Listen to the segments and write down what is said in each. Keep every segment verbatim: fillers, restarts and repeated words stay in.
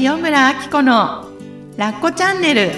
塩村あき子のラッコチャンネル。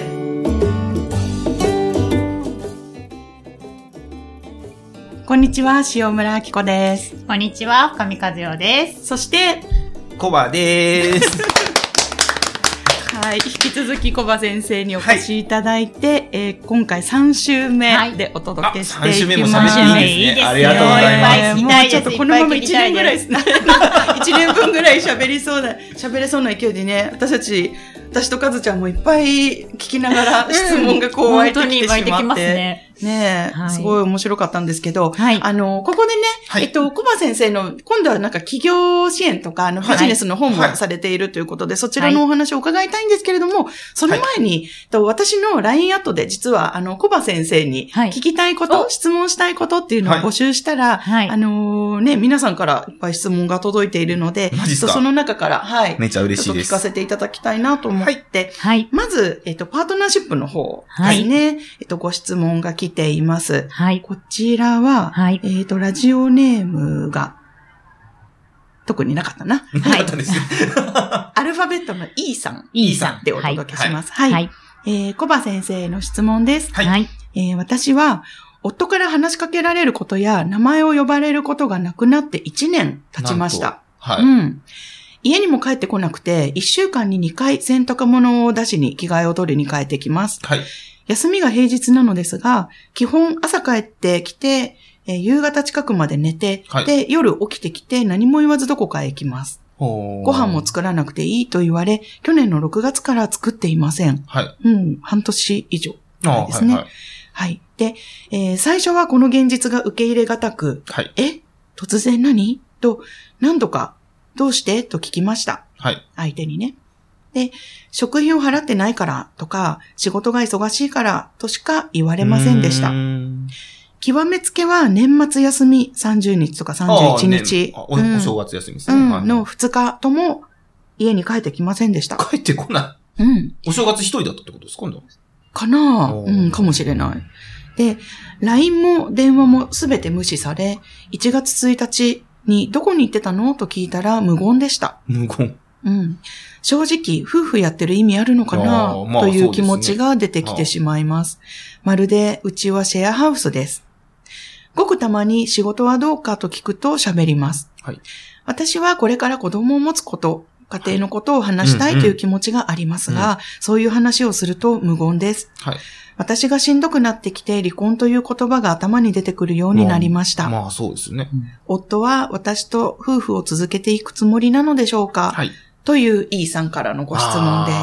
こんにちは、塩村あき子です。 こんにちは、深見和代です。 そしてコバです。 はい、引き続きコバ先生にお越しいただいて、はい、えー、今回さん週目でお届けしていきます。はい、 さん週目も喋っていいですね。ありがとうございます。 もうちょっとこのままいちねんぐらいいちねんぶんぐらい喋りそうだ喋れそうな勢いでね、私たち私とカズちゃんもいっぱい聞きながら質問がこう湧いてきてしまって、うん、本当に湧いてきますね。ねえ、はい、すごい面白かったんですけど、はい、あの、ここでね、はい、えっと、コバ先生の、今度はなんか企業支援とか、あの、ビジネスの本もされているということで、はい、そちらのお話を伺いたいんですけれども、はい、その前に、はい、私の ライン アットで実は、あの、コバ先生に聞きたいこと、はい、質問したいことっていうのを募集したら、はい、あのー、ね、皆さんからいっぱい質問が届いているので、その中から、はい、 めちゃ嬉しいです。 ちょっと聞かせていただきたいなと思って、はい、まず、えっと、パートナーシップの方ですね、はい、えっと、ご質問が来ています。はい。こちらは、はい、えっと、ラジオネームが、特になかったな。 なかったですね。 アルファベットの E さん。 E さん。 でお届けします。はい。はい。えー、コバ先生の質問です。はい。えー、私は、夫から話しかけられることや、名前を呼ばれることがなくなっていちねん経ちました。はい。うん。家にも帰ってこなくて、いっしゅうかんににかい洗濯物を出しに着替えを取りに帰ってきます。はい。休みが平日なのですが、基本朝帰ってきて、えー、夕方近くまで寝て、はい、で、夜起きてきて何も言わずどこかへ行きます。ご飯も作らなくていいと言われ、去年のろくがつから作っていません。はい。うん、半年以上ですね。はい、はい。はい。で、えー、最初はこの現実が受け入れがたく、はい。え、突然何と何度か、どうしてと聞きました。はい。相手にね。で、食費を払ってないからとか、仕事が忙しいからとしか言われませんでした。極めつけは年末休みさんじゅうにちとかさんじゅういちにち。 ああ、ね、お, お正月休みですね。 うん、のふつかとも家に帰ってきませんでした。 帰ってこない。うん。お正月一人だったってことですか今度かなぁ。うん、かもしれない。で、ライン も電話もすべて無視され、いちがつついたちにどこに行ってたのと聞いたら無言でした。 無言。 うん。正直、夫婦やってる意味あるのかな、まあ、という気持ちが出てきてしまいます。まるで、うちはシェアハウスです。ごくたまに仕事はどうかと聞くと喋ります。はい、私はこれから子供を持つこと、家庭のことを話したいという気持ちがありますが、うんうん、そういう話をすると無言です。はい、私がしんどくなってきて離婚という言葉が頭に出てくるようになりました。 まあ、まあ、そうですね。 夫は私と夫婦を続けていくつもりなのでしょうか、はい、という E さんからのご質問です。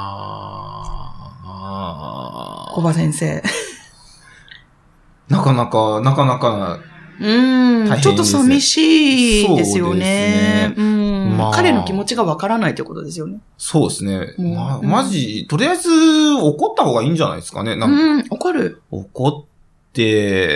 コバ先生。 なかなか、なかなか、 うーん、ね、ちょっと寂しいですよね。 そうですね。 うん、まあ、彼の気持ちがわからないということですよね。 そうですね。まあ、マジ、とりあえず怒った方がいいんじゃないですかね。なんかうん、怒る。 怒って、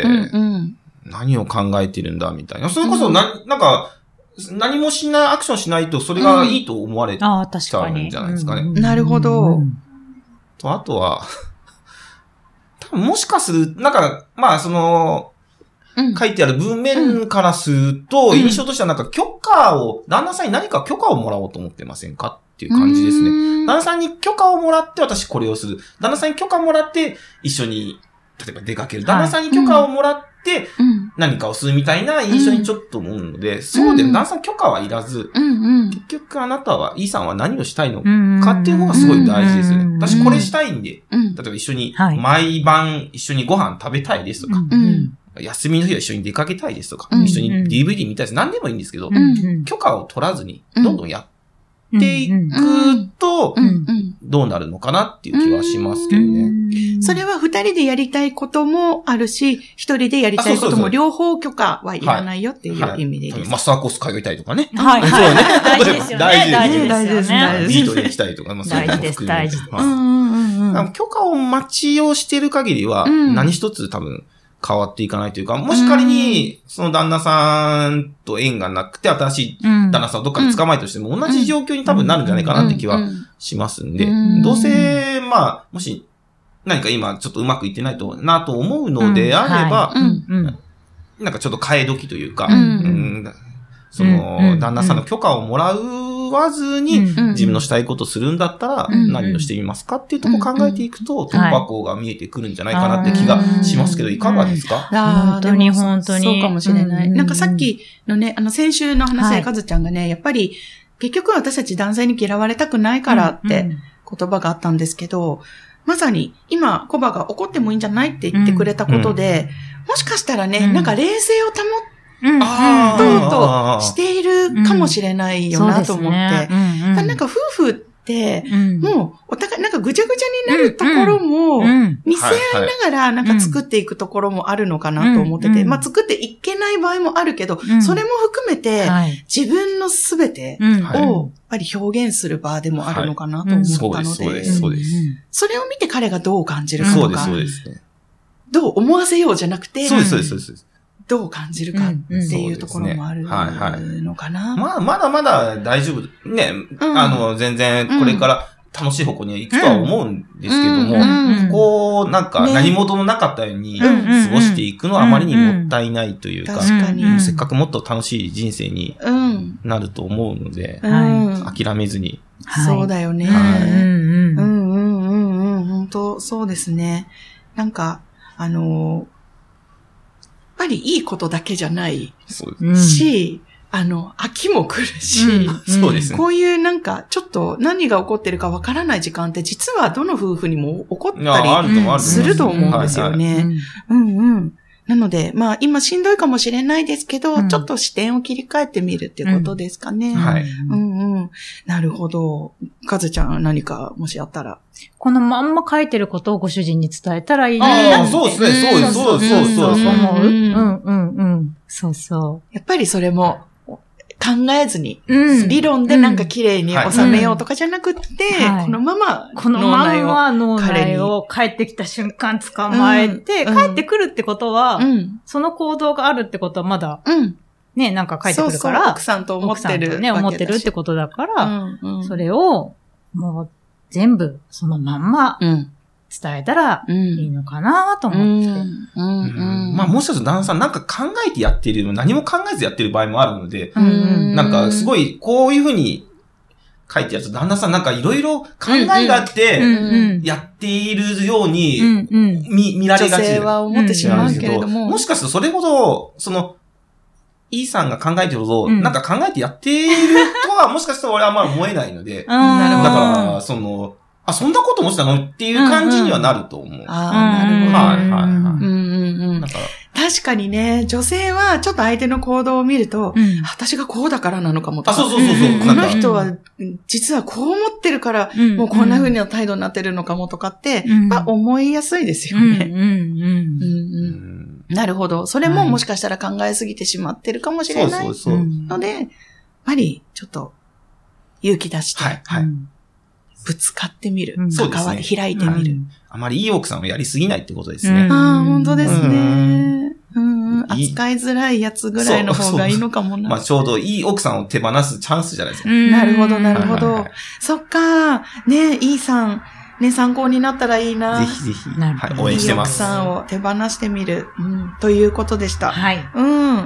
うんうん、何を考えてるんだみたいな。それこそな、うん、なんか、何もしない、アクションしないと、それがいいと思われちゃうんじゃないですかね。 うん、なるほど。うん、 とあとは、多分もしかする、なんか、まあ、その、うん、書いてある文面からすると、うん、印象としてはなんか許可を、旦那さんに何か許可をもらおうと思ってませんかっていう感じですね。旦那さんに許可をもらって私これをする。旦那さんに許可をもらって一緒に、例えば出かける。旦那さんに許可をもらって、何かをするみたいな印象にちょっと思うので、うん、そうで、旦那さん許可はいらず、うんうん、結局あなたは、E さんは何をしたいのかっていう方がすごい大事ですよね。私これしたいんで、例えば一緒に、毎晩一緒にご飯食べたいですとか、うんうん休みの日は一緒に出かけたいですとか、うんうん、一緒に ディーブイディー 見たいです。何でもいいんですけど、うんうん、許可を取らずにどんどんやっていくと、どうなるのかなっていう気はしますけどね。 それは二人でやりたいこともあるし、一人でやりたいことも両方許可はいらないよっていう意味でいいですか、はいはい、 マスターコース通いたいとかね。 はい。そうね。大事ですよね。 大事です。 大事ですね。 ビートで行きたいとか、まあ、 大事です、大事です。 許可を待ちをしている限りは、何一つ多分、変わっていかないというか、もし仮に、その旦那さんと縁がなくて、新しい旦那さんをどっかで捕まえとしても、同じ状況に多分なるんじゃないかなって気はしますんで、どうせ、まあ、もし、何か今ちょっとうまくいってないとなと思うのであれば、なんかちょっと替え時というか、その、旦那さんの許可をもらうわずに、自分のしたいことするんだったら、何をしてみますかっていうところを考えていくと、突破口が見えてくるんじゃないかなって気がしますけど、いかがですか？ 本当に本当に。 そうかもしれない。なんかさっきのね、あの先週の話でかずちゃんがね、やっぱり結局私たち男性に嫌われたくないからって言葉があったんですけど、まさに今コバが怒ってもいいんじゃないって言ってくれたことで、もしかしたらね、なんか冷静を保ってうんとうとしているかもしれないよなと思って。なんか夫婦って、もうお互いなんかぐちゃぐちゃになるところも、見せ合いながらなんか作っていくところもあるのかなと思ってて、まあ作っていけない場合もあるけど、それも含めて自分のすべてをやっぱり表現する場でもあるのかなと思ったので、それを見て彼がどう感じるかとか、どう思わせようじゃなくて、 そうです、そうです、そうです。 どう感じるかっていうところもあるのかな。 まあ、まだまだ大丈夫。ね、うん、あの、全然これから楽しい方向に行くとは思うんですけども、うん、こう、なんか何事もなかったように過ごしていくのはあまりにもったいないというか、 確かにもうせっかくもっと楽しい人生になると思うので、うん、諦めずに。 そうだよね。はい、うんうんうんうん。本当そうですね。なんか、あの、やっぱりいいことだけじゃないし、あの、飽きも来るし、 うん、そうですね。 こういうなんか、ちょっと何が起こってるかわからない時間って実はどの夫婦にも起こったりすると思うんですよね。うんうん。なので、まあ今しんどいかもしれないですけど、うん、ちょっと視点を切り替えてみるっていうことですかね。 うん、はい。 うんうん。なるほど。かずちゃん何かもしあったら。 このまんま書いてることをご主人に伝えたらいいなって。ああ、そうですね。そうです。そうです。そうです。そう思う。うんうんうん。そうそう。 やっぱりそれも、考えずに、うん、理論でなんか綺麗に収めようとかじゃなくって、はい、このままこのまま脳内を帰ってきた瞬間捕まえて、うん、帰ってくるってことは、うん、その行動があるってことはまだ、うん、ね、なんか帰ってくるから、 そうそう奥さんと思ってる。 ね、思ってるってことだから、うんうん、それをもう全部そのまんま、うん伝えたらいいのかなと思って。うんうんうん、まあもしかすると旦那さんなんか考えてやってるの何も考えずやってる場合もあるので、うん、なんかすごいこういうふうに書いてやると旦那さんなんかいろいろ考えがあってやっているように 見, 見られがちで。 女性は思ってしまうけれども。 もしかするとそれほど、その、E さんが考えてるほど、うん、なんか考えてやっているとはもしかしたら俺はあんまり思えないので、だから、その、あ、そんなこと思ってたのっていう感じにはなると思う。うんうん、 ああ、なるほど。 はいはいはい。うんうんうん、だから確かにね、女性はちょっと相手の行動を見ると、うん、私がこうだからなのかもとか。 あ、そうそうそうそう。 この人は実はこう思ってるから、うん、もうこんな風な態度になってるのかもとかって、うん、まあ思いやすいですよね。なるほど。それももしかしたら考えすぎてしまってるかもしれない。そうそうそう。ので、やっぱりちょっと勇気出して。はいはい。ぶつかってみる。うん、そうですね。開いてみる、うん。 あまりいい奥さんをやりすぎないってことですね。 うん、ああ、本当ですね。うんうん、扱いづらいやつぐらいの方がいいのかもな。 まあちょうどいい奥さんを手放すチャンスじゃないですか。 なるほど、なるほど。そっか。ね、いいさん。ね、参考になったらいいな。 ぜひぜひ。はい、応援してます。 いい奥さんを手放してみる。うん、ということでした。 はい。 うん。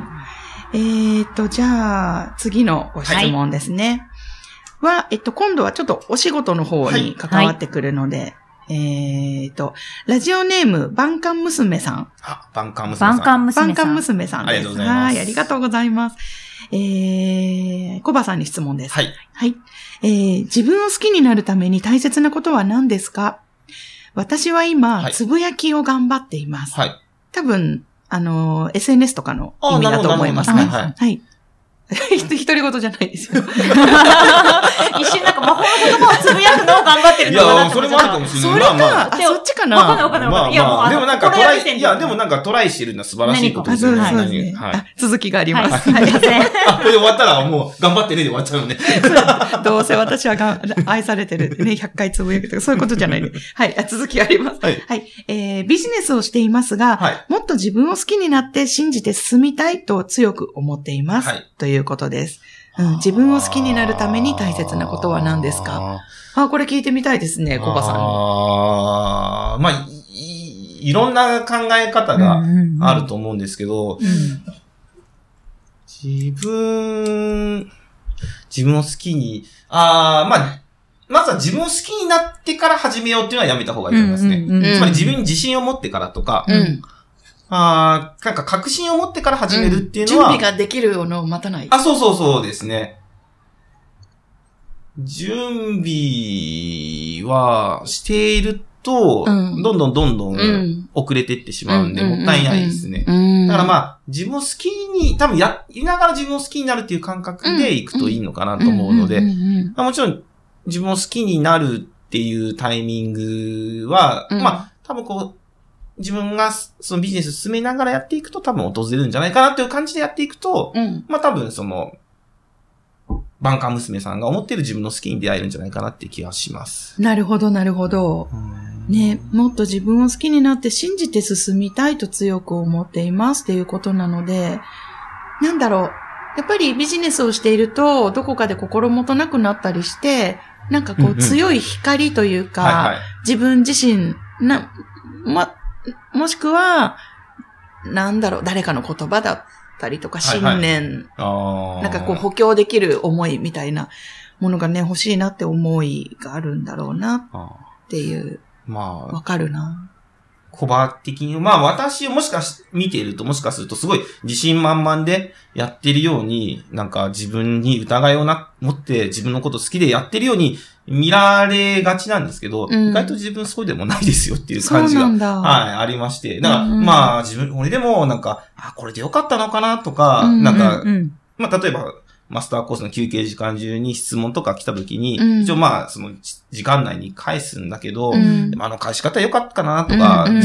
えーっと、じゃあ、次のご質問ですね。はいは、えっと、今度はちょっとお仕事の方に関わってくるので、はい、えーっと、ラジオネーム、バンカン娘さん。 あ、バンカン娘さん。 バンカン娘さん。 バンカン娘さんです。 ありがとうございます。 はい、ありがとうございます。えー、コバさんに質問です。 はい。 はい。えー、自分を好きになるために大切なことは何ですか？私は今、はい、つぶやきを頑張っています。 はい。 多分、あの、エスエヌエス とかの意味だと思いますね。はい。はい独り言じゃないですよ。 一瞬なんか魔法の言葉をつぶやくのを頑張ってるのかな。 いや、それもあるかもしれない。 それか、まあまあ、そっちかな。 わかんないわかんないわかんない。いや、もう、 でもなんかトライ、いや、でもなんかトライしてるのは素晴らしいことですよね。 そうですね。はい。続きがあります。 はい。すいません。 あ、これで終わったらもう頑張ってねで終わっちゃうのね。 どうせ私はが愛されてるね、ひゃっかいつぶやくとか、そういうことじゃないね。はい。続きあります。はい。はい。えー、ビジネスをしていますが、はい、もっと自分を好きになって信じて進みたいと強く思っています。はい。ということです。うん、自分を好きになるために大切なことは何ですか？あ、これ聞いてみたいですね、コバさんに。 ああ、まあい、いろんな考え方があると思うんですけど、うんうんうん、自分、 自分を好きに、あー、まあ、まずは自分を好きになってから始めようっていうのはやめた方がいいと思いますね。うんうんうん、つまり自分に自信を持ってからとか、うん、あー、なんか確信を持ってから始めるっていうのは、 うん、準備ができるのを待たない。 あ、そうそうそうですね。準備はしていると、うん、どんどんどんどん遅れていってしまうんで、うん、もったいないですね。うん、だからまあ、自分を好きに、多分や、いながら自分を好きになるっていう感覚でいくといいのかなと思うので、もちろん自分を好きになるっていうタイミングは、うん、まあ、多分こう、自分がそのビジネス進めながらやっていくと多分訪れるんじゃないかなっていう感じでやっていくと、うん、まあ多分その、バンカー娘さんが思っている自分の好きに出会えるんじゃないかなって気がします。 なるほど、なるほど。ね、もっと自分を好きになって信じて進みたいと強く思っていますっていうことなので、なんだろう。やっぱりビジネスをしていると、どこかで心もとなくなったりして、なんかこう強い光というか、うんうんはいはい、自分自身な、ま、もしくは、なんだろう、誰かの言葉だったりとか、信念、はいはい、なんかこう補強できる思いみたいなものがね、欲しいなって思いがあるんだろうなっていう。まあ。わかるな。 コバ的に、まあ私をもしかし、見ているともしかするとすごい自信満々でやってるように、なんか自分に疑いをな、持って自分のこと好きでやってるように見られがちなんですけど、うん、意外と自分そうでもないですよっていう感じが、はい、ありまして。だから、うんうん、まあ自分、俺でもなんか、あ、これでよかったのかなとか、うんうんうん、なんか、まあ例えば、マスターコースの休憩時間中に質問とか来た時に、うん、一応まあ、その時間内に返すんだけど、うん、でもあの返し方良かったかなとか、うんうんうん、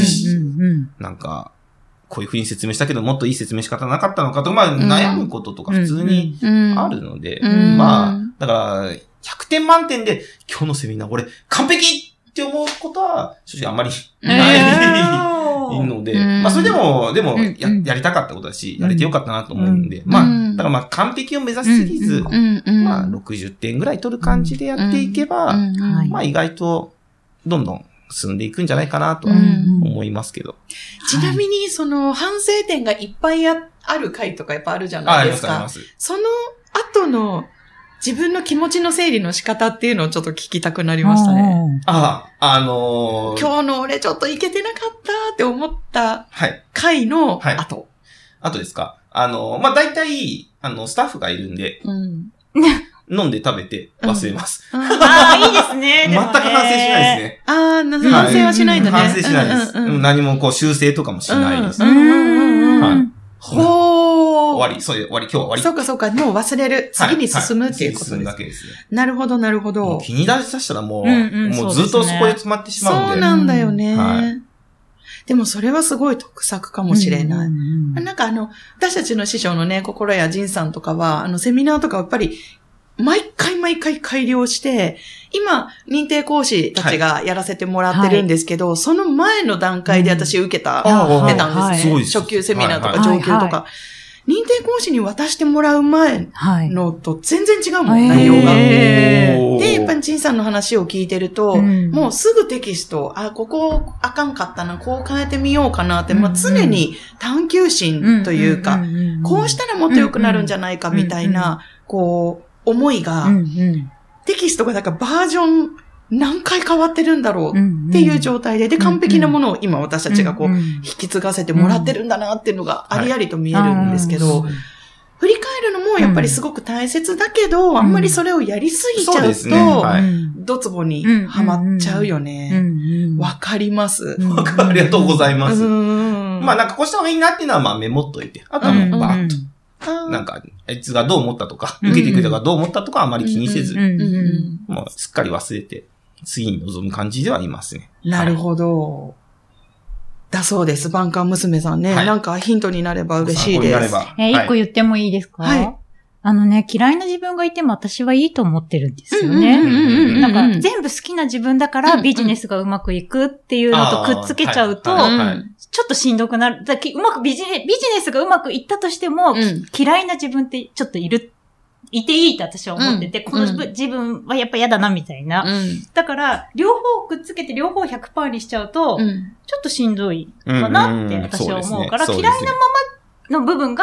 なんか、こういうふうに説明したけど、もっといい説明仕方なかったのかとか、まあ悩むこととか普通にあるので、うんうん、まあ、だから、ひゃくてん満点で、今日のセミナー俺完璧って思うことは、正直あんまりない。えーいいので、うん、まあそれでも、でもや、やりたかったことだし、やれてよかったなと思うんで、うん、まあ、だからまあ完璧を目指しすぎず、うんうん、まあろくじゅってんぐらい取る感じでやっていけば、うんうん、まあ意外とどんどん進んでいくんじゃないかなとは思いますけど。 ちなみに、その反省点がいっぱいある回とかやっぱあるじゃないですか。あ、ありますあります。その後の、自分の気持ちの整理の仕方っていうのをちょっと聞きたくなりましたね。 ああ、あのー、 今日の俺ちょっといけてなかったって思った回の後。はいはい、 後ですか。あのー、まあ、大体、あの、スタッフがいるんで、うん、飲んで食べて忘れます。 うん、ああ、いいですね。 全く反省しないですね。 ああ、反省はしないんだね。 反省しないです、うんうんうん。何もこう修正とかもしないです。うんうんうんはい、 ほー。 終わり、そういう終わり、今日終わり。 そうかそうか、もう忘れる。次に進むっていうことです。はいはい、進むだけですね。なるほど、なるほど。 気に出させたらもう、うんうん、もうずっとそこで詰まってしまうんで。 そうなんだよね。はい、でもそれはすごい得策かもしれない。うんうんうん、なんかあの、私たちの師匠のね、心谷仁さんとかは、あの、セミナーとかやっぱり、毎回毎回改良して、今、認定講師たちがやらせてもらってるんですけど、はい、その前の段階で私受けた、うん、出たんですね。初級セミナーとか上級とか。はいはい認定講師に渡してもらう前のと全然違うもん、はい、内容が。で、やっぱり陳さんの話を聞いてると、うん、もうすぐテキスト、あ、ここあかんかったな、こう変えてみようかなって、うんうん、まあ、常に探求心というか、こうしたらもっと良くなるんじゃないかみたいな、こう、思いが、うんうん、テキストがなんかバージョン、何回変わってるんだろうっていう状態で、で、完璧なものを今私たちがこう、引き継がせてもらってるんだなっていうのがありありと見えるんですけど、振り返るのもやっぱりすごく大切だけど、あんまりそれをやりすぎちゃうと、ドツボにはまっちゃうよね。わかります。 わかる。ありがとうございます。まあなんかこうした方がいいなっていうのはまあメモっといて、あとはもうバーッと。なんか、あいつがどう思ったとか、受けてくれたがどう思ったとかあまり気にせず、もうすっかり忘れて、次に臨む感じではいますね。 なるほど。はい、だそうです。バンカー娘さんね、はい。なんかヒントになれば嬉しいです。 えー、一個言ってもいいですか？はい。あのね、嫌いな自分がいても私はいいと思ってるんですよね。なんか全部好きな自分だからビジネスがうまくいくっていうのとくっつけちゃうと、ちょっとしんどくなる。だうまくビジネ、ビジネスがうまくいったとしても、うん、嫌いな自分ってちょっといる。いていいって私は思ってて、うん、この自分はやっぱ嫌だなみたいな。うん、だから、両方くっつけて両方 ひゃくパーセント にしちゃうと、うん、ちょっとしんどいかなって私は思うから、うんうんうね、嫌いなままの部分が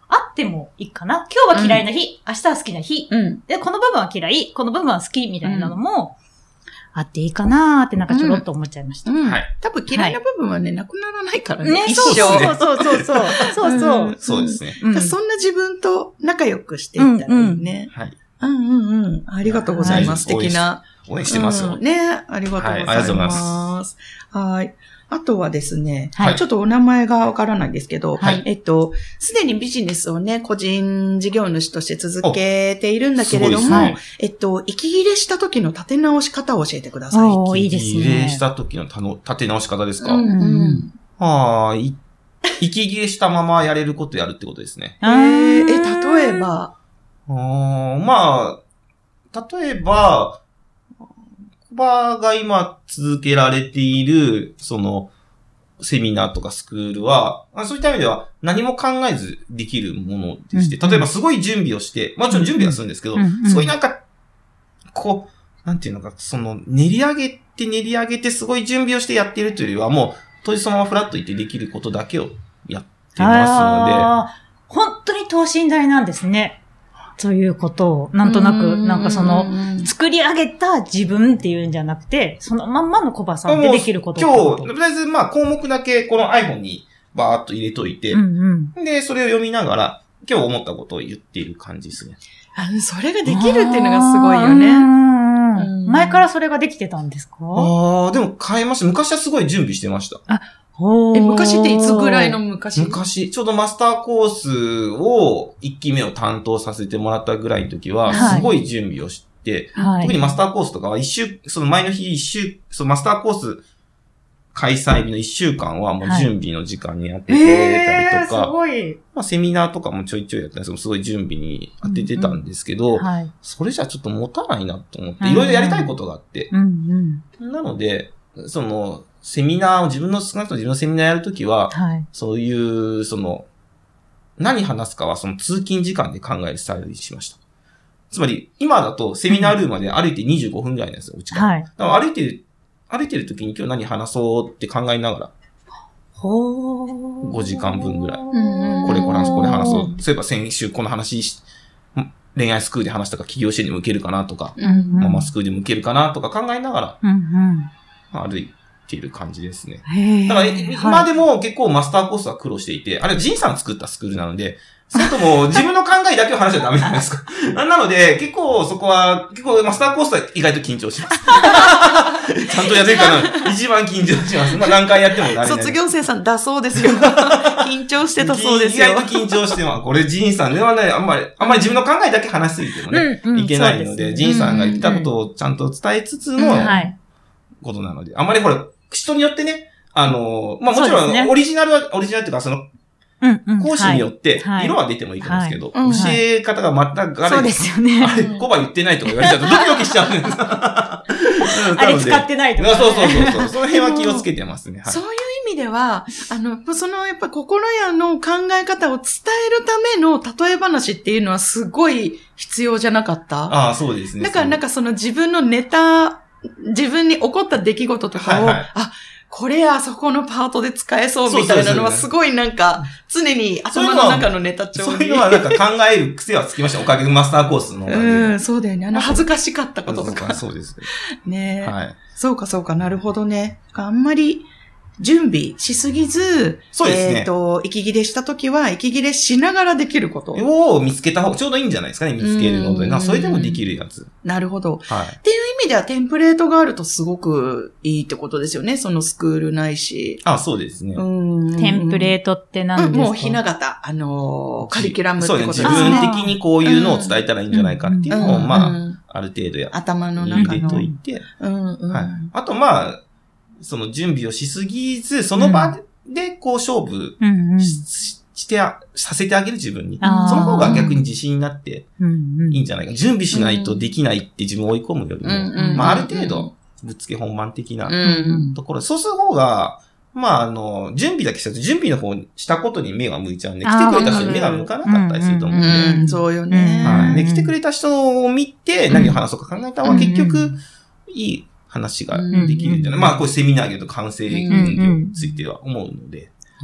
あってもいいかな。今日は嫌いな日、うん、明日は好きな日、うん。で、この部分は嫌い、この部分は好きみたいなのも、あっていいかなーってなんかちょろっと思っちゃいました。 うんうん、はい。多分嫌いな部分はね、はい、なくならないからね。 ね、そうそうそうそうそう。そうそう。 そうですね。 うん、そんな自分と仲良くしていったらいいね。 うんうん、はい。 うんうんうん。ありがとうございます。はい、素敵な。 応援してますよ、 うん。ね、ありがとうございます。はい、ありがとうございます。はい。あとはですね、はい、ちょっとお名前がわからないんですけど、はい、えっと、すでにビジネスをね、個人事業主として続けているんだけれども、ね、えっと、息切れした時の立て直し方を教えてください。 おー、いいですね。 息切れした時のたの立て直し方ですか？うん、うん。はあ、い、息切れしたままやれることやるってことですね。 えー、え、例えばあまあ、例えば、コバが今続けられている、その、セミナーとかスクールは、そういった意味では何も考えずできるものでして、例えばすごい準備をして、もちろん準備はするんですけど、すごいなんか、こう、なんていうのか、その、練り上げて練り上げてすごい準備をしてやっているというよりは、もう、当日そのままフラッといってできることだけをやってますので。 本当に等身大なんですね。ということを、なんとなく、なんかその、作り上げた自分っていうんじゃなくて、そのまんまのコバさんでできることってこと。 今日、とりあえずまあ項目だけこの iPhone にバーっと入れといて、うんうん、で、それを読みながら、今日思ったことを言っている感じですね。 あの、それができるっていうのがすごいよね。 前からそれができてたんですか？ ああ、でも変えました。昔はすごい準備してました。 あえ、昔っていつぐらいの昔？ 昔、ちょうどマスターコースをいっきめを担当させてもらったぐらいの時は、すごい準備をして、はい、特にマスターコースとかは一週、その前の日一週、そのマスターコース開催日の一週間はもう準備の時間に当ててたりとか、 はいえー、すごいまあセミナーとかもちょいちょいやったんですけど、すごい準備に当ててたんですけど、うんうんはい、それじゃちょっと持たないなと思って、いろいろやりたいことがあって、うんうん、なので、その、セミナーを自分の、少なくとも自分のセミナーやるときは、はい、そういう、その、何話すかはその通勤時間で考えるスタイルにしました。つまり、今だとセミナールームまで歩いてにじゅうごふんぐらいなんですよ、うちから。はい、だから歩いてる、歩いてるときに今日何話そうって考えながら、ほーごじかんぶんぐらい。これこれ話そう、これ話そう。そういえば先週この話し、恋愛スクールで話したか企業支援に向けるかなとか、うんうん、ママスクールで向けるかなとか考えながら、うんうん歩いている感じですね。だから、今でも結構マスターコースは苦労していて、あれ、ジンさん作ったスクールなので、それとも自分の考えだけを話しちゃダメじゃないですか。なので、結構そこは、結構マスターコースは意外と緊張します。ちゃんとやってるかな一番緊張します。まあ何回やってもダメ。 卒業生さんだそうですよ。緊張してたそうですよ。 意外と緊張してます。これ、ジンさんではね、あんまり、あんまり自分の考えだけ話しすぎてもね、うんうん、いけないので、ジンさんが言ったことをちゃんと伝えつつの、ことなので、あんまりほら、人によってね、あの、まあ、もちろん、ね、オリジナルは、オリジナルっていうか、その、うんうん、講師によって、色は出てもいいと思うんですけど、はいはい、教え方が全くあれ、 そうですよね。 あれ、コバ言ってないとか言われちゃうとドキドキしちゃうんです。 あれ使ってないとか、ね。 そうそうそうそう。その辺は気をつけてますね。はい、 そういう意味では、あの、その、やっぱ心屋の考え方を伝えるための例え話っていうのはすごい必要じゃなかった？ ああ、そうですね。 だからなんかその自分のネタ、自分に起こった出来事とかを、はいはい、あ、これあそこのパートで使えそうみたいなのはすごいなんか、常に頭の中のネタ帳に。 そういうのはなんか考える癖はつきました。おかげでマスターコースのおかげで。 うん、そうだよね。あの恥ずかしかったこととか。 そうです。 ねえ。はい。そうかそうか、なるほどね。あんまり、準備しすぎず、 そうですね。 えっと、息切れしたときは、息切れしながらできること。 を見つけた方がちょうどいいんじゃないですかね、見つけるので。なそれでもできるやつ。 なるほど。はい。っていう意味では、テンプレートがあるとすごくいいってことですよね、そのスクールないし。 あ、そうですね。うん。テンプレートって何ですか？ もう、ひな形、あのー、カリキュラムってことですね。 そうですね。自分的にこういうのを伝えたらいいんじゃないかっていうのを、まあ、ある程度や頭の中の入れといて。うんうん。はい。あと、まあ、その準備をしすぎず、その場でこう勝負し、して、させてあげる自分に。その方が逆に自信になっていいんじゃないか。準備しないとできないって自分を追い込むよりも、まあある程度ぶっつけ本番的なところ。そうする方が、まああの、準備だけしたと準備の方にしたことに目が向いちゃうんで、来てくれた人に目が向かなかったりすると思うんで。 うん、そうよね。 はい。で、来てくれた人を見て何を話そうか考えた方が結局いい話ができるんじゃない、うんうん、まあ、これセミナー業とカウンセリングについては思うので。はい。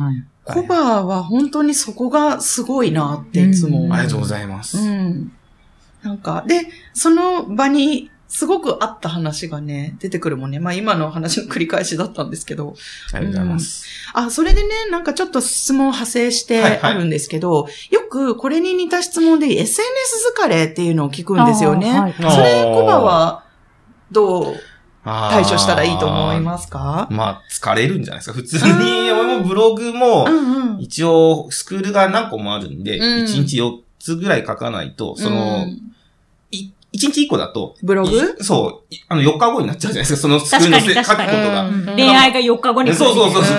コバは本当にそこがすごいなっていつも、うん。 ありがとうございます。 うん。なんか、で、その場にすごく合った話がね、出てくるもんね。まあ今の話の繰り返しだったんですけど。 ありがとうございます。 うん、あ、それでね、なんかちょっと質問派生してあるんですけど、はいはい、よくこれに似た質問で エスエヌエス 疲れっていうのを聞くんですよね。はい、それ、コバはどう対処したらいいと思いますか？ まあ、疲れるんじゃないですか。普通に、俺もブログも、一応、スクールが何個もあるんで、いちにちよっつぐらい書かないと、その、いちにちいっこだと、 ブログそう、あの、よっかごになっちゃうじゃないですか、そのスクールの書くことが。 恋愛がよっかごに来る。 そうそうそうそう。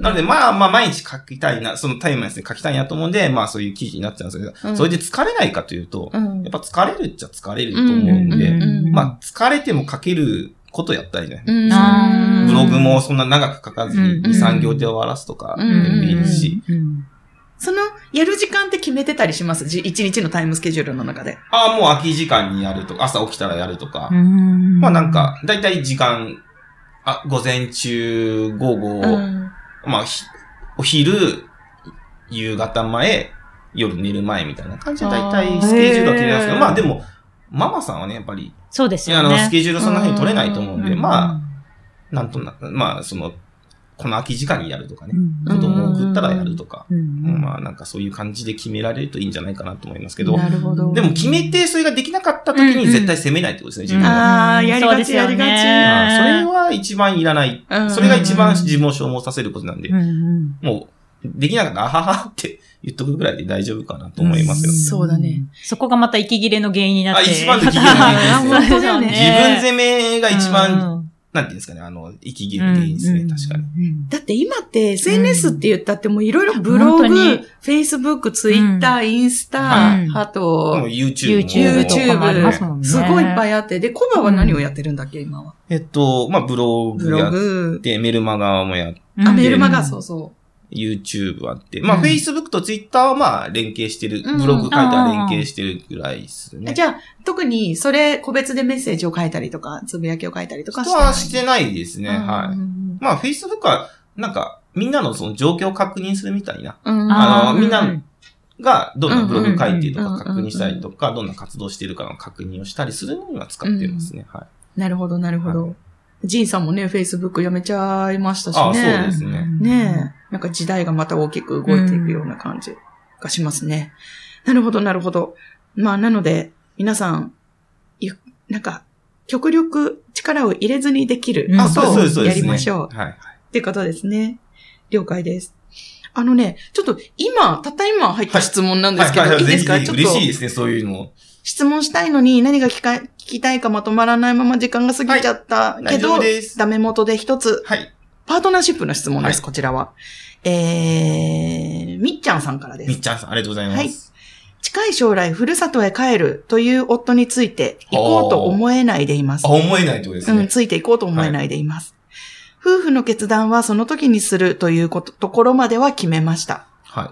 なので、まあまあ、毎日書きたいな、そのタイムレスで書きたいなと思うんで、まあそういう記事になっちゃうんですけど、それで疲れないかというと、やっぱ疲れるっちゃ疲れると思うんで、まあ、疲れても書ける、ことやったりね。ブログもそんな長く書かずにに、さん行で終わらすとかでもいいし。 その、やる時間って決めてたりします？いちにちのタイムスケジュールの中で。 ああ、もう空き時間にやるとか、朝起きたらやるとか。まあなんか、だいたい時間、あ、午前中、午後、まあ、お昼、夕方前、夜寝る前みたいな感じでだいたいスケジュールは決めますけど、まあでも、ママさんはね、やっぱり、 そうですよね。 あの、スケジュールそんな風に取れないと思うんで、まあ、なんとなく、まあ、その、この空き時間にやるとかね、子供を送ったらやるとか、まあ、なんかそういう感じで決められるといいんじゃないかなと思いますけど、 なるほど。 でも決めてそれができなかった時に絶対責めないってことですね、自分は。 ああ、やりがち、やりがち。 それは一番いらない。それが一番自分を消耗させることなんで、もう、できなかったら、あははって言っとくぐらいで大丈夫かなと思いますよ。 そうだね。 そこがまた息切れの原因になって。 あ、一番の息切れの原因ですね。自分責めが一番、なんていうんですかね、あの、息切れの原因ですね、確かに。 だって今って エスエヌエス って言ったってもういろいろブログ、Facebook、Twitter、インスタ、あと、 YouTube、 YouTube、すごいいっぱいあって。で、コバは何をやってるんだっけ、今は。 えっと、まあ、ブログやって、メルマガもやって。 あ、メルマガ、そうそう。 YouTube あって。まあ、うん、Facebook と Twitter はまあ、連携してる。ブログ書いたら連携してるぐらいですね。 じゃあ、特に、それ、個別でメッセージを書いたりとか、つぶやきを書いたりとかしてない？はしてないですね。はい。まあ、Facebook は、なんか、みんなのその状況を確認するみたいな。うん、あの、みんながどんなブログ書いてるとか確認したりとか、どんな活動してるかの確認をしたりするのには使ってますね。はい。 なるほど、なるほど。はい、ジンさんもね、Facebook やめちゃいましたしね。ああ、 そうですね。 ねえ。なんか時代がまた大きく動いていくような感じがしますね。うん、なるほど、なるほど。まあ、なので、皆さん、なんか、極力力を入れずにできることをやりましょう。はい。っていうことですね。了解です。あのね、ちょっと今、たった今入った質問なんですけど、はいはいはい、いいですか？ちょっと。 嬉しいですね、そういうの。 質問したいのに何が聞か、聞きたいかまとまらないまま時間が過ぎちゃったけど、はい、ダメ元で一つ、はい、パートナーシップの質問です、はい、こちらは。えー、みっちゃんさんからです。 みっちゃんさん、ありがとうございます。はい。 近い将来、ふるさとへ帰るという夫について、行こうと思えないでいます。 あ、思えないってことですね。 うん、ついて行こうと思えないでいます。はい、夫婦の決断はその時にするということ、ところまでは決めました。はい。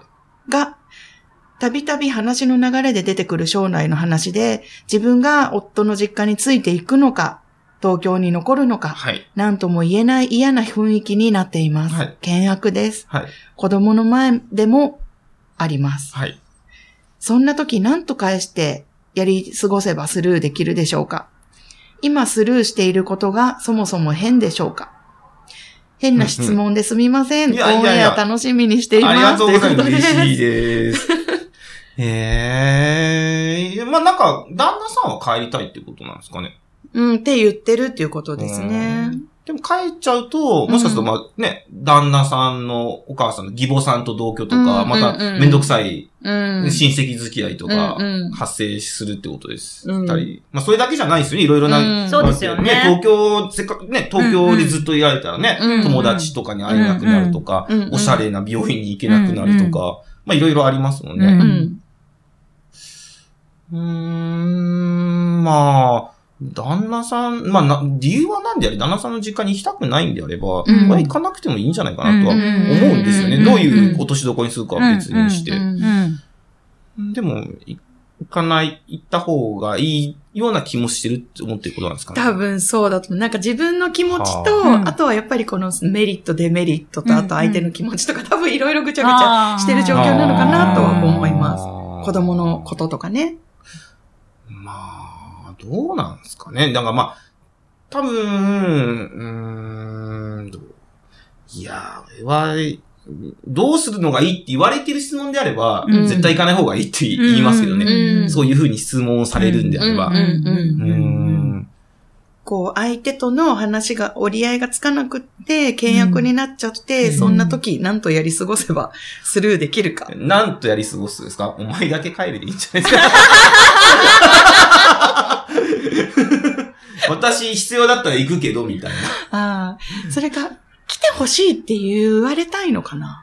が、たびたび話の流れで出てくる将来の話で、自分が夫の実家についていくのか、東京に残るのか、はい、何とも言えない嫌な雰囲気になっています。はい、険悪です、はい。子供の前でもあります。はい、そんな時何と返してやり過ごせばスルーできるでしょうか？今スルーしていることがそもそも変でしょうか？変な質問ですみません。オンエア楽しみにしています。ありがとうございます。嬉しいです。ええー、まあ、なんか、旦那さんは帰りたいってことなんですかね。 うん、って言ってるっていうことですね。 でも帰っちゃうと、もしかすると、まあね、うん、旦那さんのお母さんの義母さんと同居とか、うん、まためんどくさい親戚付き合いとか発生するってことです。うん、たりまあ、それだけじゃないですよね。いろいろな、 うん、そうですよね。 ね、東京、せっかくね、東京でずっといられたらね、うん、友達とかに会えなくなるとか、うん、おしゃれな病院に行けなくなるとか、まあ、いろいろありますもんね。うんうーん、まあ、旦那さん、まあな、理由はなんであれ、旦那さんの実家に行きたくないんであれば、うん、行かなくてもいいんじゃないかなとは思うんですよね。どういう落としどころにするかは別にして。でも、 行かない、行った方がいいような気もしてるって思ってることなんですかね。 多分そうだと思う。なんか自分の気持ちと、はあ、あとはやっぱりこのメリット、デメリットと、あと相手の気持ちとか、うんうん、多分いろいろぐちゃぐちゃしてる状況なのかなとは思います。子供のこととかね。 まあ、どうなんですかね。だからまあ、多分、うーん、いや、我々、どうするのがいいって言われてる質問であれば、うん、絶対行かない方がいいって言いますけどね。うんうん、そういうふうに質問をされるんであれば。 こう、相手との話が、折り合いがつかなくって、契約になっちゃって、うん、そんな時、なんとやり過ごせば、スルーできるか。 なんとやり過ごすですか？お前だけ帰るでいいんじゃないですか？私必要だったら行くけど、みたいな。ああ、それか、来てほしいって言われたいのかな？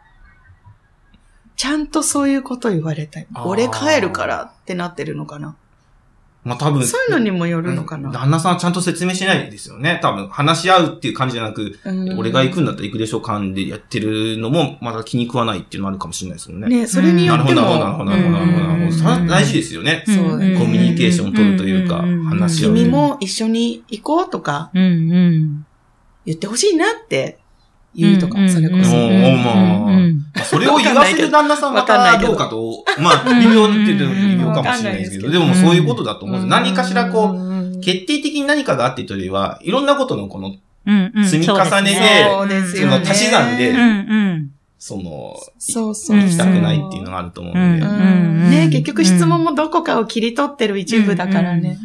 ちゃんとそういうこと言われたい。俺帰るからってなってるのかな？ まあ多分。 そういうのにもよるのかな？ 旦那さんはちゃんと説明しないですよね。多分話し合うっていう感じじゃなく、俺が行くんだったら行くでしょ感でやってるのもまだ気に食わないっていうのもあるかもしれないですよね。 ね、それによっても。 なるほど、なるほど、なるほど、なるほど、なるほど。大事ですよね。そう。コミュニケーションを取るというか、話し合う。 君も一緒に行こうとか、言ってほしいなって言うとか、それこそ。 それを言わせる旦那さんはどうかと、まあ、微妙って言うと微妙かもしれないですけど、でもそういうことだと思うんです。何かしらこう、決定的に何かがあってというよりは、いろんなことのこの、積み重ねで、その足し算で、その、 そうそう。 行きたくないっていうのがあると思うんで。 ね、結局質問もどこかを切り取ってる一部だからね。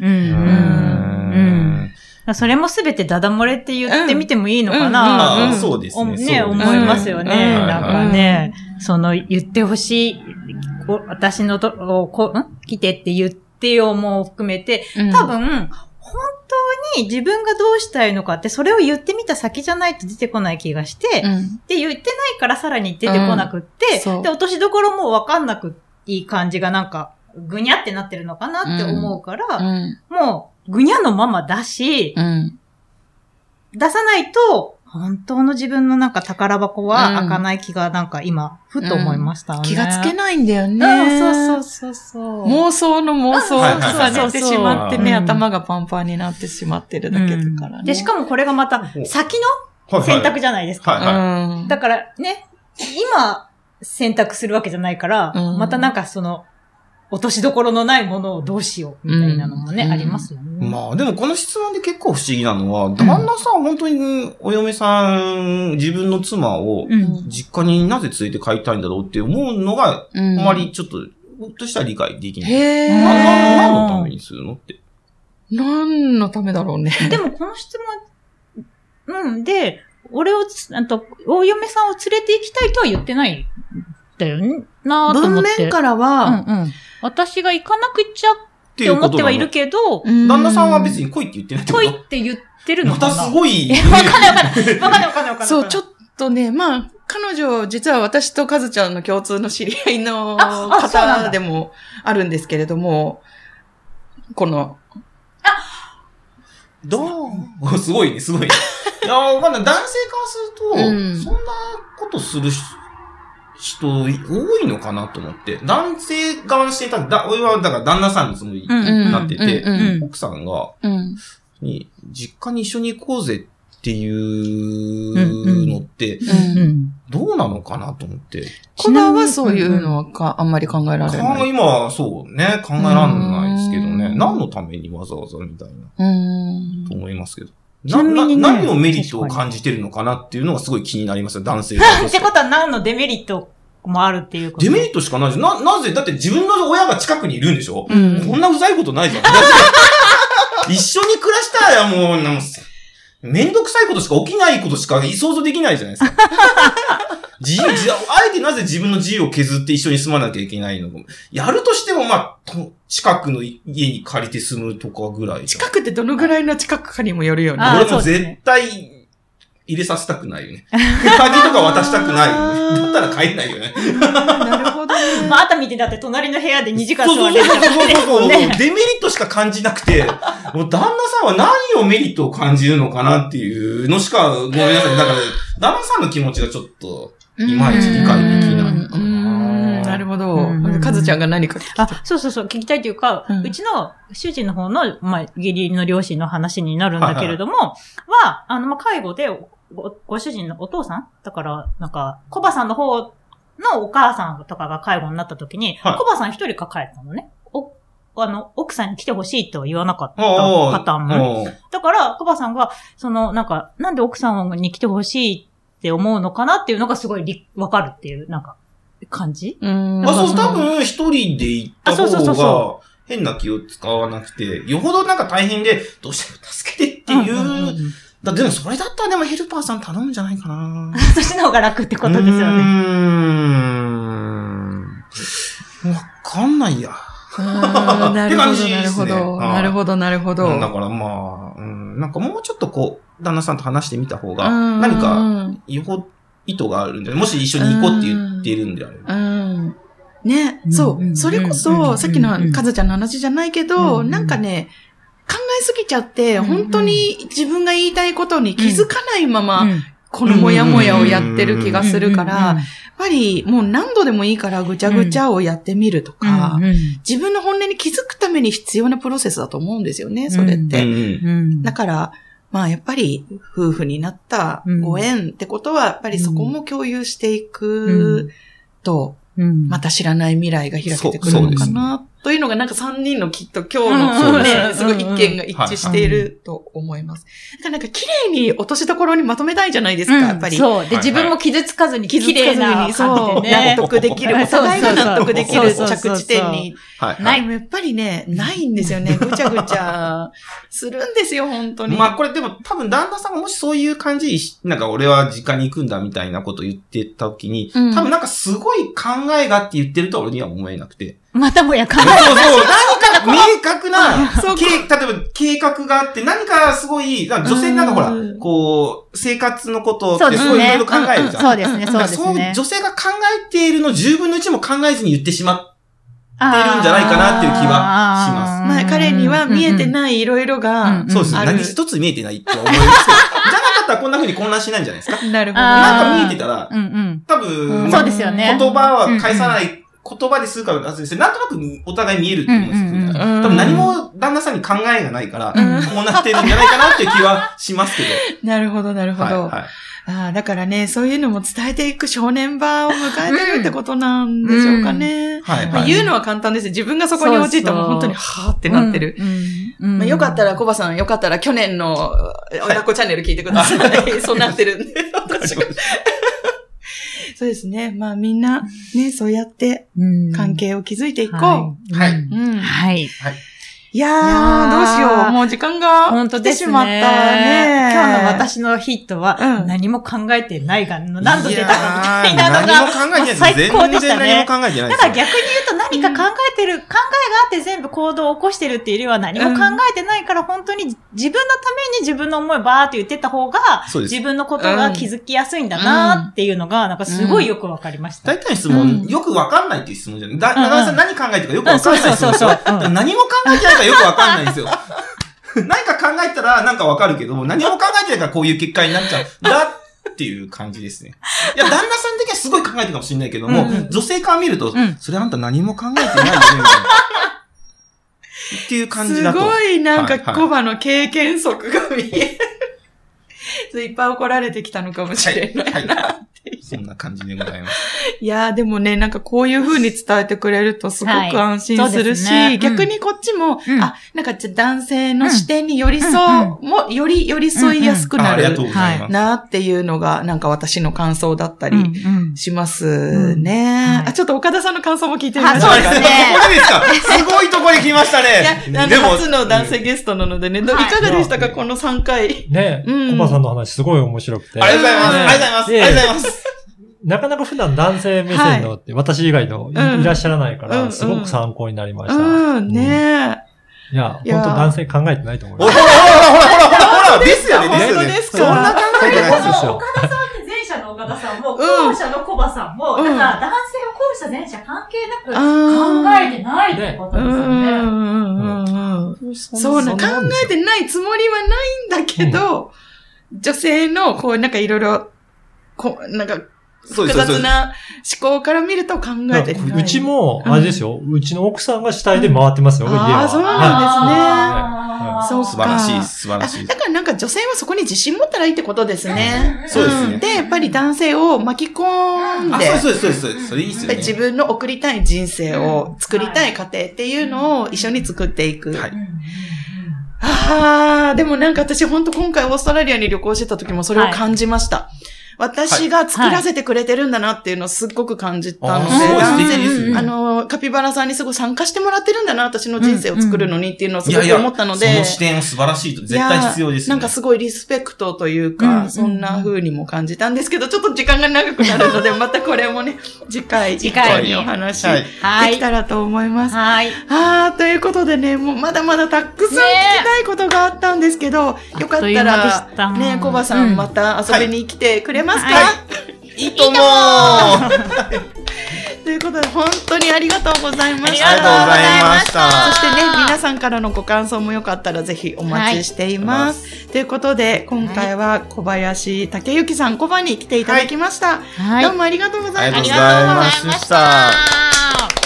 それもすべてダダ漏れって言ってみてもいいのかな、 うんうん、そうですね。 ね、思いますよね。なんかね、その言ってほしい、私のとこ、ん来てって言ってよも含めて、多分、本当に自分がどうしたいのかって、それを言ってみた先じゃないと出てこない気がして、うん、で、言ってないからさらに出てこなくって、うん、で、落としどころもわかんなくいい感じがなんか、ぐにゃってなってるのかなって思うから、うん、もう、ぐにゃのままだし、うん、出さないと、本当の自分のなんか宝箱は開かない気がなんか今、ふと思いましたね、うん。 気がつけないんだよね。 うん、そうそうそうそう。 妄想の妄想を重ねてしまってね、頭がパンパンになってしまってるだけだからね。 うん、で、しかもこれがまた先の選択じゃないですか。はいはい、だからね、今選択するわけじゃないから、うん、またなんかその、落としどころのないものをどうしようみたいなのもね、うん、ありますよね。 まあでもこの質問で結構不思議なのは、旦那さん本当にお嫁さん、自分の妻を実家になぜ連れて帰りたいんだろうって思うのが、あまりちょっと、ほっとしたら理解できない。へー。な、な、何のためにするのって。 何のためだろうね。 でもこの質問、うん、で、俺を、あと、お嫁さんを連れて行きたいとは言ってないんだよね。なぁと思って。 文面からは、 うんうん、私が行かなくちゃって思ってはいるけど、 旦那さんは別に来いって言ってないってこと？ 来いって言ってるのかな？ またすごい。 わかんないわかんない。わかんないわかんないわかんない。 そう、ちょっとね、まあ、彼女、実は私とカズちゃんの共通の知り合いの方でもあるんですけれども、この、 あどうすごいね、すごいね。いや、わかんない。男性からすると、うん、そんなことする人、人多いのかなと思って。男性側の視点から、だ、俺はだから旦那さんのつもりになってて、うんうん、奥さんが、うん、に、実家に一緒に行こうぜっていうのって、うんうん、どうなのかなと思って。 コバはそういうのはか、あんまり考えられない。 今はそうね、考えられないですけどね。何のためにわざわざみたいな。うんと思いますけど。な、な、何をメリットを感じてるのかなっていうのがすごい気になりますよ、男性が。ってことは何のデメリットもあるっていうこと？ デメリットしかないじゃん。な、なぜだって自分の親が近くにいるんでしょ？うん、こんなうざいことないじゃん。一緒に暮らしたらもう、なんか、めんどくさいことしか起きないことしか想像できないじゃないですか。自由、自由、あえてなぜ自分の自由を削って一緒に住まなきゃいけないのか。やるとしても、まあ、近くの家に借りて住むとかぐらい。 近くってどのぐらいの近くかにもよるよね。 俺も絶対入れさせたくないよね。鍵とか渡したくないよね。だったら帰んないよね。 なるほど、ね。 まあ、あた見てだって隣の部屋でにじかん座れるからね。そうそうそうそう。デメリットしか感じなくて、もう旦那さんは何をメリットを感じるのかなっていうのしか、ごめんなさい。だから、旦那さんの気持ちがちょっと、いまいち理解できないのかな。 なるほほど。かずちゃんが何か聞きたい。 あ、そうそうそう、聞きたいというか、うん、うちの主人の方の、まあ、義理の両親の話になるんだけれども、はい、は、あの、まあ、介護でご、ご主人のお父さんだから、なんか、コバさんの方のお母さんとかが介護になった時に、はい、コバさん一人抱えたのね。おあの、奥さんに来てほしいとは言わなかったパターンも。だから、コバさんが、その、なんか、なんで奥さんに来てほしいって思うのかなっていうのがすごいわかるっていう、なんか、感じ？ うん。あ、そう、多分一人で行った方が、変な気を使わなくて、よほどなんか大変で、どうしても助けてっていう、うんうんうん、だでもそれだったらでもヘルパーさん頼むんじゃないかな。 そっちの方が楽ってことですよね。うーん。わかんないや。 なるほど、なるほど。なるほど、なるほど。 だからまあ、うん、なんかもうちょっとこう、旦那さんと話してみた方が、何か、よほ意図があるんで、もし一緒に行こうって言っているんであれば。 うんね、そう。それこそ、さっきのかずちゃんの話じゃないけど、なんかね、考えすぎちゃって、本当に自分が言いたいことに気づかないまま、このモヤモヤをやってる気がするから、やっぱりもう何度でもいいからぐちゃぐちゃをやってみるとか、自分の本音に気づくために必要なプロセスだと思うんですよね、それって。だから、まあやっぱり夫婦になったご縁ってことは、やっぱりそこも共有していくと、また知らない未来が開けてくるのかな、というのがなんかさんにんのきっと今日のね、すごい意見が一致していると思います。だからなんか綺麗に落としどころにまとめたいじゃないですか、やっぱり。 そう。で、自分も傷つかずに綺麗な感じでね。 納得できる。お互いが納得できる着地点に。ない。でもやっぱりね、ないんですよね。ぐちゃぐちゃするんですよ、本当に。 まあこれでも多分旦那さんがもしそういう感じ、なんか俺は実家に行くんだみたいなことを言ってた時に、多分なんかすごい考えがって言ってるとは俺には思えなくて。 またもや考えそうそう、何か明確な、そう例えば計画があって、何かすごい、女性なんかほら、こう、生活のことってすごいいろいろ考えるじゃん。 そうですね、そうですね。 女性が考えているのじゅうぶんのいちも考えずに言ってしまっているんじゃないかなっていう気はします。 まあ彼には見えてないいろいろが、 そうです。何一つ見えてないって思いますけど。じゃなかったらこんな風に混乱しないんじゃないですか。 なるほど。 なんか見えてたら、多分、 そうですよね。 言葉は返さない。言葉でするからなんですね。なんとなくお互い見えるって思うんですよ。多分何も旦那さんに考えがないから、こうなってるんじゃないかなっていう気はしますけど。 なるほど、なるほど。はいはいああ、だからね、そういうのも伝えていく正念場を迎えてるってことなんでしょうかね。うんはいはいまあ、言うのは簡単です。自分がそこに陥ったらもう本当にはーってなってる。うんうんまあ、よかったら、コバさん、よかったら去年の親子チャンネル聞いてください。はい、そうなってるんで。私がそうですね。まあみんなね、そうやって関係を築いていこう。 はい。はい。 うん、はい。 はいいやー、どうしよう。もう時間が来てしまったね。 今日の私のヒットは、何も考えてないが、何度出たかみたいなのが、最高でしたね。 何も考えてない。 だから逆に言うと何か考えてる、考えがあって全部行動を起こしてるっていうよりは何も考えてないから本当に自分のために自分の思いをバーって言ってた方が、自分のことが気づきやすいんだなっていうのが、なんかすごいよくわかりました。 大体質問、よくわかんないっていう質問じゃない。だ、長尾さん何考えてるかよくわかんない質問でしょ。何も考えてないからよくわかんないんですよ。何か考えたらなんかわかるけど、何も考えてないからこういう結果になっちゃう。だっていう感じですね。いや、旦那さん的にはすごい考えてるかもしれないけども、うん、女性から見ると、うん、それあんた何も考えてないよね、みたいな。っていう感じだと。 すごいなんかコバの経験則が見える。いっぱい怒られてきたのかもしれないな、はいはい、 そんな感じでございます。 いやーでもね、なんかこういう風に伝えてくれるとすごく安心するし、はいねうん、逆にこっちも、うん、あ、なんか男性の視点に寄り添う、うん、も、より寄り添いやすくなる、 うんうん、 なっていうのが、なんか私の感想だったりしますね、うんうんはい。あ、ちょっと岡田さんの感想も聞いてみましょうかね。 そうですね。これですかすごいところに来ましたね。 いや、でも初の男性ゲストなのでね、いかがでしたか、このさんかい。 ね、コバさんの話すごい面白くて。 ありがとうございます。ありがとうございます。ありがとうございます。 なかなか普段男性目線のって、私以外のいらっしゃらないから、すごく参考になりました。 うん、ねえ。いや、本当男性考えてないと思います。 ほらほらほらほらほらほらですよね、ですよね。 そんな考えてないですよ。岡田さんって前者の岡田さんも、後者のコバさんも、だから男性は後者前者関係なく考えてないってことですよね。 そうな、考えてないつもりはないんだけど、女性の、こう、なんかいろいろ、こう、なんか、 複雑な思考から見ると考えてみない。 うちも、あれですよ、うん、うちの奥さんが主体で回ってますよ、 うん、 家は。 ああ、そうなんですね。そう素晴らしい、素晴らしい。 だからなんか女性はそこに自信持ったらいいってことですね。 そうですね。 で、やっぱり男性を巻き込んで。 あ、そうです、そうです、そうです。それいいですよね。 自分の送りたい人生を、作りたい家庭っていうのを一緒に作っていく。はい。ああ、でもなんか私本当今回オーストラリアに旅行してた時もそれを感じました。はい、私が作らせてくれてるんだなっていうのをすっごく感じたので、男性、あの、カピバラさんにすごい参加してもらってるんだな、私の人生を作るのにっていうのをすごく思ったので。いやいや、 その視点は素晴らしいと、絶対必要ですよね。 なんかすごいリスペクトというか、うん、そんな風にも感じたんですけど、ちょっと時間が長くなるので、またこれもね、次回、次回にお話できたらと思います。 はい。 あー、ということでね、もうまだまだたくさん聞きたいことがあったんですけど、よかったら、ね、コバさんまた遊びに来てくれますか？はいいいと思うということで、本当にありがとうございました。 ありがとうございました。 そしてね、皆さんからのご感想もよかったらぜひお待ちしています。はい、ということで、今回は小林武之さん、コバに来ていただきました。はい、どうもありがとうございました。 ありがとうございました。